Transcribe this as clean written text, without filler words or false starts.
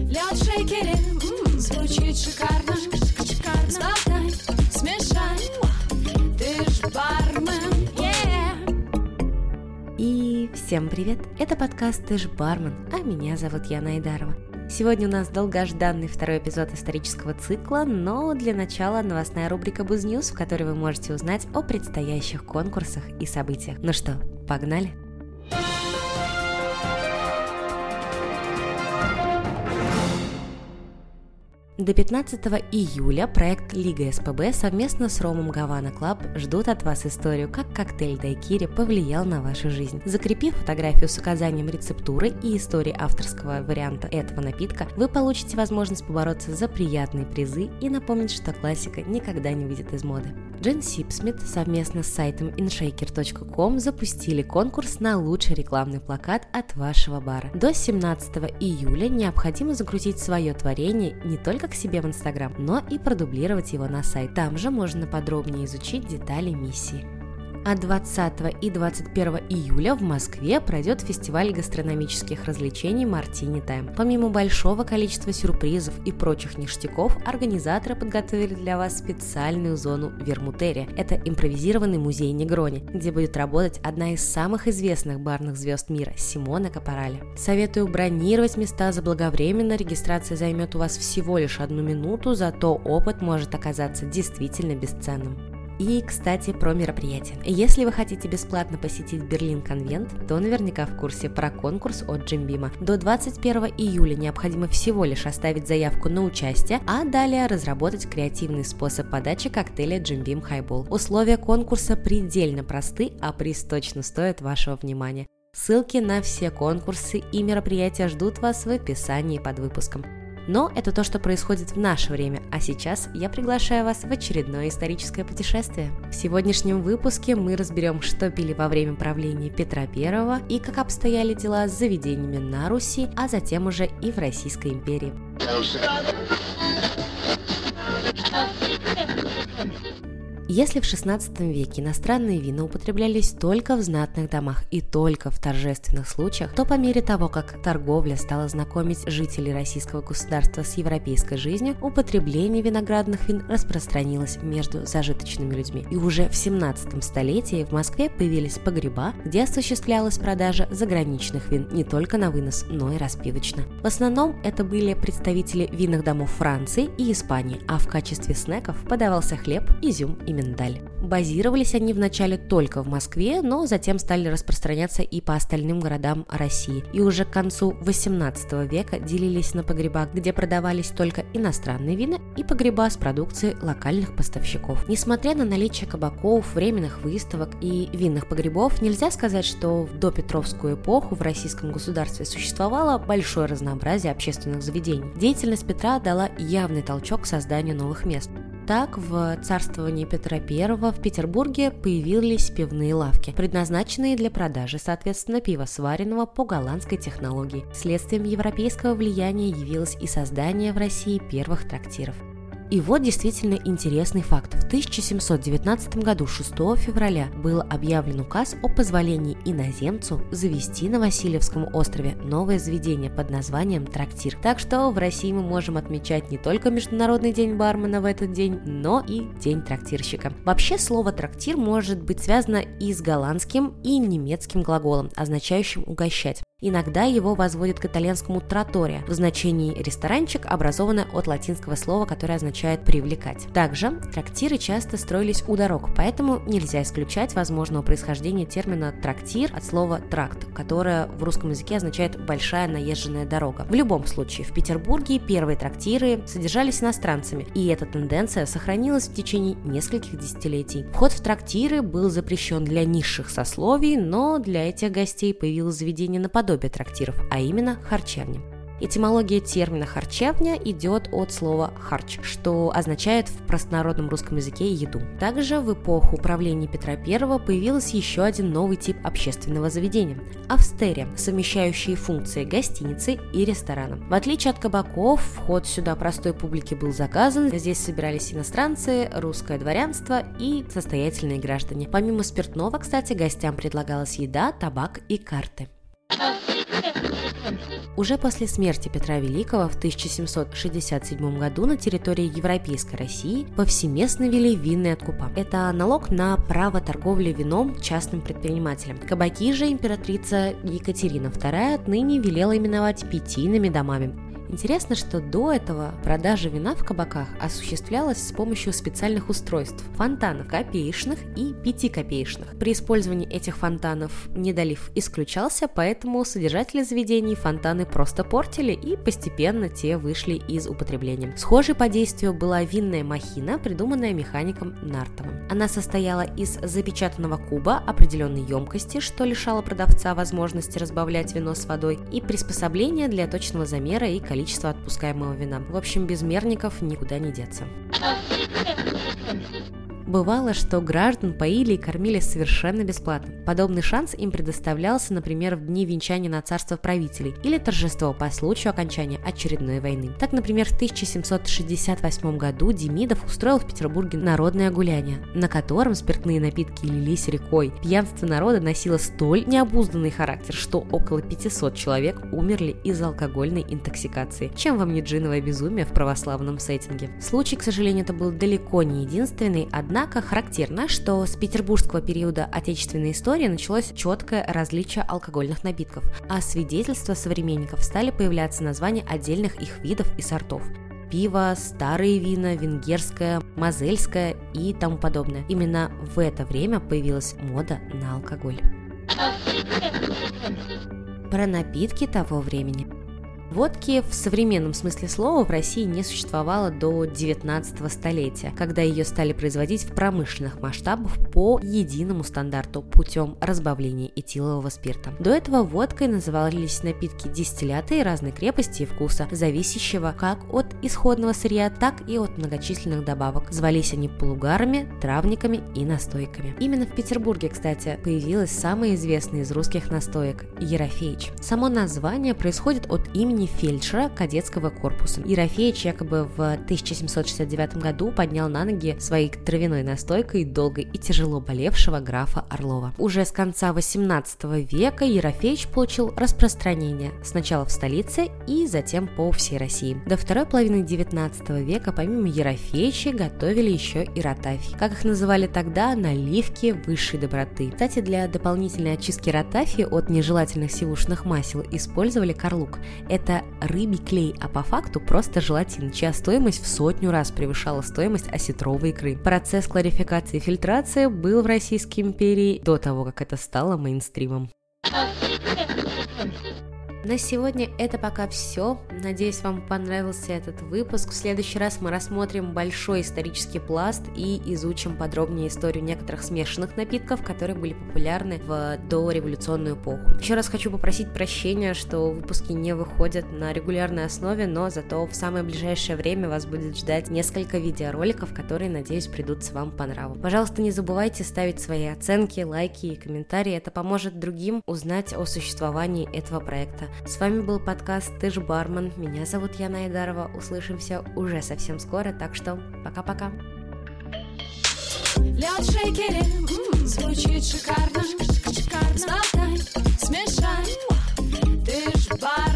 Лед в шейкере, звучит шикарно. Сболтай, смешай, ты ж бармен, И всем привет! Это подкаст «Ты ж бармен», а меня зовут Яна Айдарова. Сегодня у нас долгожданный второй эпизод исторического цикла, но для начала новостная рубрика «Бузньюз», в которой вы можете узнать о предстоящих конкурсах и событиях. Ну что, погнали? До 15 июля проект Лига СПб совместно с Ромом Гавана Клаб ждут от вас историю, как коктейль дайкири повлиял на вашу жизнь. Закрепив фотографию с указанием рецептуры и истории авторского варианта этого напитка, вы получите возможность побороться за приятные призы и напомнить, что классика никогда не выйдет из моды. Джин Сипсмит совместно с сайтом inshaker.com запустили конкурс на лучший рекламный плакат от вашего бара. До 17 июля необходимо загрузить свое творение не только к себе в Инстаграм, но и продублировать его на сайт. Там же можно подробнее изучить детали миссии. А 20 и 21 июля в Москве пройдет фестиваль гастрономических развлечений «Мартини Тайм». Помимо большого количества сюрпризов и прочих ништяков, организаторы подготовили для вас специальную зону Вермутерия. Это импровизированный музей Негрони, где будет работать одна из самых известных барных звезд мира – Симона Капаралли. Советую бронировать места заблаговременно, регистрация займет у вас всего лишь 1 минуту, зато опыт может оказаться действительно бесценным. И, кстати, про мероприятие. Если вы хотите бесплатно посетить Берлин Конвент, то наверняка в курсе про конкурс от Джим Бима. До 21 июля необходимо всего лишь оставить заявку на участие, а далее разработать креативный способ подачи коктейля Джим Бим Хайбол. Условия конкурса предельно просты, а приз точно стоит вашего внимания. Ссылки на все конкурсы и мероприятия ждут вас в описании под выпуском. Но это то, что происходит в наше время, а сейчас я приглашаю вас в очередное историческое путешествие. В сегодняшнем выпуске мы разберем, что пили во время правления Петра I и как обстояли дела с заведениями на Руси, а затем уже и в Российской империи. Если в XVI веке иностранные вина употреблялись только в знатных домах и только в торжественных случаях, то по мере того, как торговля стала знакомить жителей российского государства с европейской жизнью, употребление виноградных вин распространилось между зажиточными людьми. И уже в 17 столетии в Москве появились погреба, где осуществлялась продажа заграничных вин не только на вынос, но и распивочно. В основном это были представители винных домов Франции и Испании, а в качестве снеков подавался хлеб, изюм и миндаль. Базировались они вначале только в Москве, но затем стали распространяться и по остальным городам России. И уже к концу XVIII века делились на погреба, где продавались только иностранные вина, и погреба с продукцией локальных поставщиков. Несмотря на наличие кабаков, временных выставок и винных погребов, нельзя сказать, что в допетровскую эпоху в российском государстве существовало большое разнообразие общественных заведений. Деятельность Петра дала явный толчок к созданию новых мест. Так, в царствовании Петра I в Петербурге появились пивные лавки, предназначенные для продажи, соответственно, пива, сваренного по голландской технологии. Следствием европейского влияния явилось и создание в России первых трактиров. И вот действительно интересный факт. В 1719 году, 6 февраля, был объявлен указ о позволении иноземцу завести на Васильевском острове новое заведение под названием «Трактир». Так что в России мы можем отмечать не только Международный день бармена в этот день, но и День трактирщика. Вообще слово «трактир» может быть связано и с голландским, и немецким глаголом, означающим «угощать». Иногда его возводят к итальянскому «траттория» в значении «ресторанчик», образованное от латинского слова, которое означает «привлекать». Также трактиры часто строились у дорог, поэтому нельзя исключать возможного происхождения термина «трактир» от слова «тракт», которое в русском языке означает «большая наезженная дорога». В любом случае, в Петербурге первые трактиры содержались иностранцами, и эта тенденция сохранилась в течение нескольких десятилетий. Вход в трактиры был запрещен для низших сословий, но для этих гостей появилось заведение наподобие трактиров, а именно харчевни. Этимология термина «харчевня» идет от слова «харч», что означает в простонародном русском языке «еду». Также в эпоху правления Петра I появился еще один новый тип общественного заведения – австерия, совмещающие функции гостиницы и ресторана. В отличие от кабаков, вход сюда простой публике был заказан. Здесь собирались иностранцы, русское дворянство и состоятельные граждане. Помимо спиртного, кстати, гостям предлагалась еда, табак и карты. Уже после смерти Петра Великого в 1767 году на территории Европейской России повсеместно ввели винные откупа. Это налог на право торговли вином частным предпринимателям. Кабаки же императрица Екатерина II отныне велела именовать питийными домами. Интересно, что до этого продажа вина в кабаках осуществлялась с помощью специальных устройств – фонтанов копеечных и 5-копеечных. При использовании этих фонтанов недолив исключался, поэтому содержатели заведений фонтаны просто портили, и постепенно те вышли из употребления. Схожей по действию была винная махина, придуманная механиком Нартовым. Она состояла из запечатанного куба определенной емкости, что лишало продавца возможности разбавлять вино с водой, и приспособления для точного замера и количества отпускаемого вина. В общем, без мерников никуда не деться. Бывало, что граждан поили и кормили совершенно бесплатно. Подобный шанс им предоставлялся, например, в дни венчания на царство правителей или торжество по случаю окончания очередной войны. Так, например, в 1768 году Демидов устроил в Петербурге народное гуляние, на котором спиртные напитки лились рекой. Пьянство народа носило столь необузданный характер, что около 500 человек умерли из-за алкогольной интоксикации. Чем вам не джиновое безумие в православном сеттинге? Случай, к сожалению, это был далеко не единственный, однако характерно, что с петербургского периода отечественной истории началось четкое различие алкогольных напитков, а свидетельства современников стали появляться названия отдельных их видов и сортов. Пиво, старые вина, венгерское, мозельское и тому подобное. Именно в это время появилась мода на алкоголь. Про напитки того времени. Водки в современном смысле слова в России не существовало до 19 столетия, когда ее стали производить в промышленных масштабах по единому стандарту путем разбавления этилового спирта. До этого водкой назывались напитки дистилляты разной крепости и вкуса, зависящего как от исходного сырья, так и от многочисленных добавок. Звались они полугарами, травниками и настойками. Именно в Петербурге, кстати, появилась самая известная из русских настоек – Ерофеич. Само название происходит от имени фельдшера кадетского корпуса. Ерофеич якобы в 1769 году поднял на ноги своей травяной настойкой долго и тяжело болевшего графа Орлова. Уже с конца 18 века Ерофеич получил распространение сначала в столице и затем по всей России. До второй половины 19 века помимо Ерофеича готовили еще и ротафий. Как их называли тогда, наливки высшей доброты. Кстати, для дополнительной очистки ротафии от нежелательных сивушных масел использовали карлук. Это рыбий клей, а по факту просто желатин, чья стоимость в 100 раз превышала стоимость осетровой икры. Процесс кларификации и фильтрации был в Российской империи до того, как это стало мейнстримом. На сегодня это пока все. Надеюсь, вам понравился этот выпуск. В следующий раз мы рассмотрим большой исторический пласт и изучим подробнее историю некоторых смешанных напитков, которые были популярны в дореволюционную эпоху. Еще раз хочу попросить прощения, что выпуски не выходят на регулярной основе, но зато в самое ближайшее время вас будет ждать несколько видеороликов, которые, надеюсь, придутся вам по нраву. Пожалуйста, не забывайте ставить свои оценки, лайки и комментарии. Это поможет другим узнать о существовании этого проекта. С вами был подкаст «Ты ж бармен». Меня зовут Яна Айдарова. Услышимся уже совсем скоро, так что пока-пока. Лед в шейкере, звучит шикарно, шикарно. Сболтай, смешай, ты ж бармен.